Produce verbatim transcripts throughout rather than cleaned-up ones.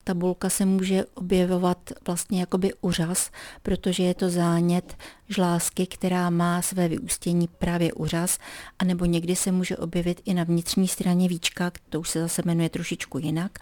tabulka se může objevovat vlastně jakoby uřaz, protože je to zánět žlázky, která má své vyústění právě uřaz, anebo někdy se může objevit i na vnitřní straně víčka, to už se zase jmenuje trošičku jinak.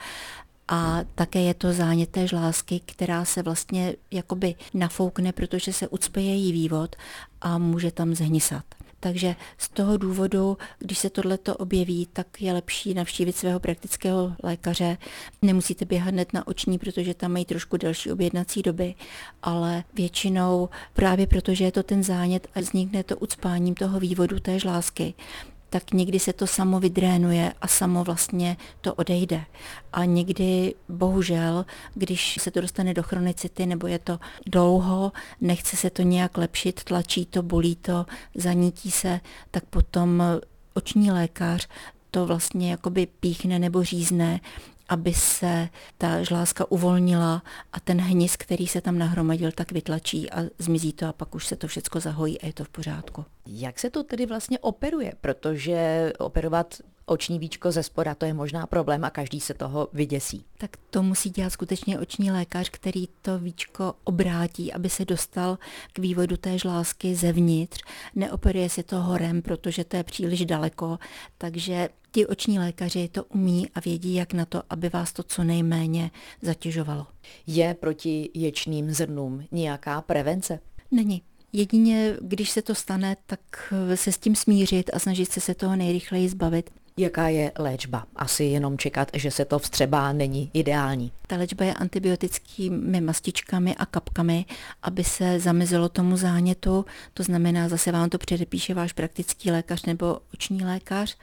A také je to zánět té žlázky, která se vlastně jakoby nafoukne, protože se ucpe její vývod a může tam zhnisat. Takže z toho důvodu, když se tohleto objeví, tak je lepší navštívit svého praktického lékaře. Nemusíte běhat hned na oční, protože tam mají trošku delší objednací doby, ale většinou právě protože je to ten zánět a vznikne to ucpáním toho vývodu té žlázky, tak někdy se to samo vydrénuje a samo vlastně to odejde. A někdy, bohužel, když se to dostane do chronicity nebo je to dlouho, nechce se to nějak lepšit, tlačí to, bolí to, zanítí se, tak potom oční lékař to vlastně jakoby píchne nebo řízne, aby se ta žlázka uvolnila a ten hnis, který se tam nahromadil, tak vytlačí a zmizí to a pak už se to všecko zahojí a je to v pořádku. Jak se to tedy vlastně operuje? Protože operovat oční víčko ze spoda, to je možná problém a každý se toho vyděsí. Tak to musí dělat skutečně oční lékař, který to víčko obrátí, aby se dostal k vývodu té žlázky zevnitř. Neoperuje se to horem, protože to je příliš daleko, takže ti oční lékaři to umí a vědí, jak na to, aby vás to co nejméně zatěžovalo. Je proti ječným zrnům nějaká prevence? Není. Jedině, když se to stane, tak se s tím smířit a snažit se se toho nejrychleji zbavit. Jaká je léčba? Asi jenom čekat, že se to vstřebá, není ideální. Ta léčba je antibiotickými mastičkami a kapkami, aby se zamezilo tomu zánětu. To znamená, zase vám to předepíše váš praktický lékař nebo oční lékař.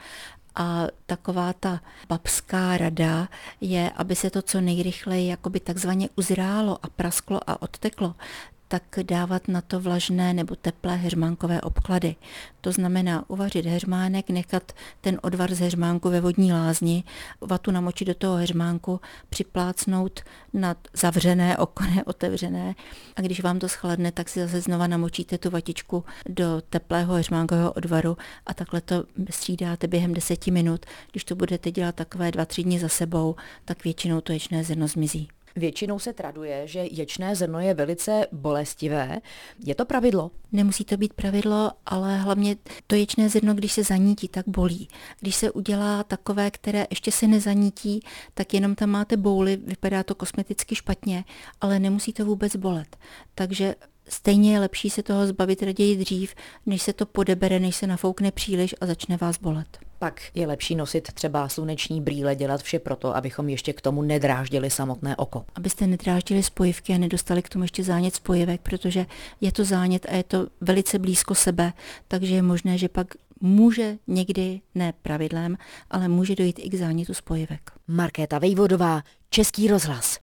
A taková ta babská rada je, aby se to co nejrychleji jakoby takzvaně uzrálo a prasklo a odteklo, tak dávat na to vlažné nebo teplé heřmánkové obklady. To znamená uvařit heřmánek, nechat ten odvar z heřmánku ve vodní lázni, vatu namočit do toho heřmánku, připlácnout na zavřené oko, ne otevřené, a když vám to schladne, tak si zase znova namočíte tu vatičku do teplého heřmánkového odvaru a takhle to střídáte během deseti minut. Když to budete dělat takové dva, tři dny za sebou, tak většinou to ječné zrno zmizí. Většinou se traduje, že ječné zrno je velice bolestivé. Je to pravidlo? Nemusí to být pravidlo, ale hlavně to ječné zrno, když se zanítí, tak bolí. Když se udělá takové, které ještě se nezanítí, tak jenom tam máte bouly, vypadá to kosmeticky špatně, ale nemusí to vůbec bolet. Takže stejně je lepší se toho zbavit raději dřív, než se to podebere, než se nafoukne příliš a začne vás bolet. Pak je lepší nosit třeba sluneční brýle, dělat vše proto, abychom ještě k tomu nedráždili samotné oko. Abyste nedráždili spojivky a nedostali k tomu ještě zánět spojivek, protože je to zánět a je to velice blízko sebe, takže je možné, že pak může někdy, ne pravidlem, ale může dojít i k zánětu spojivek. Markéta Vejvodová, Český rozhlas.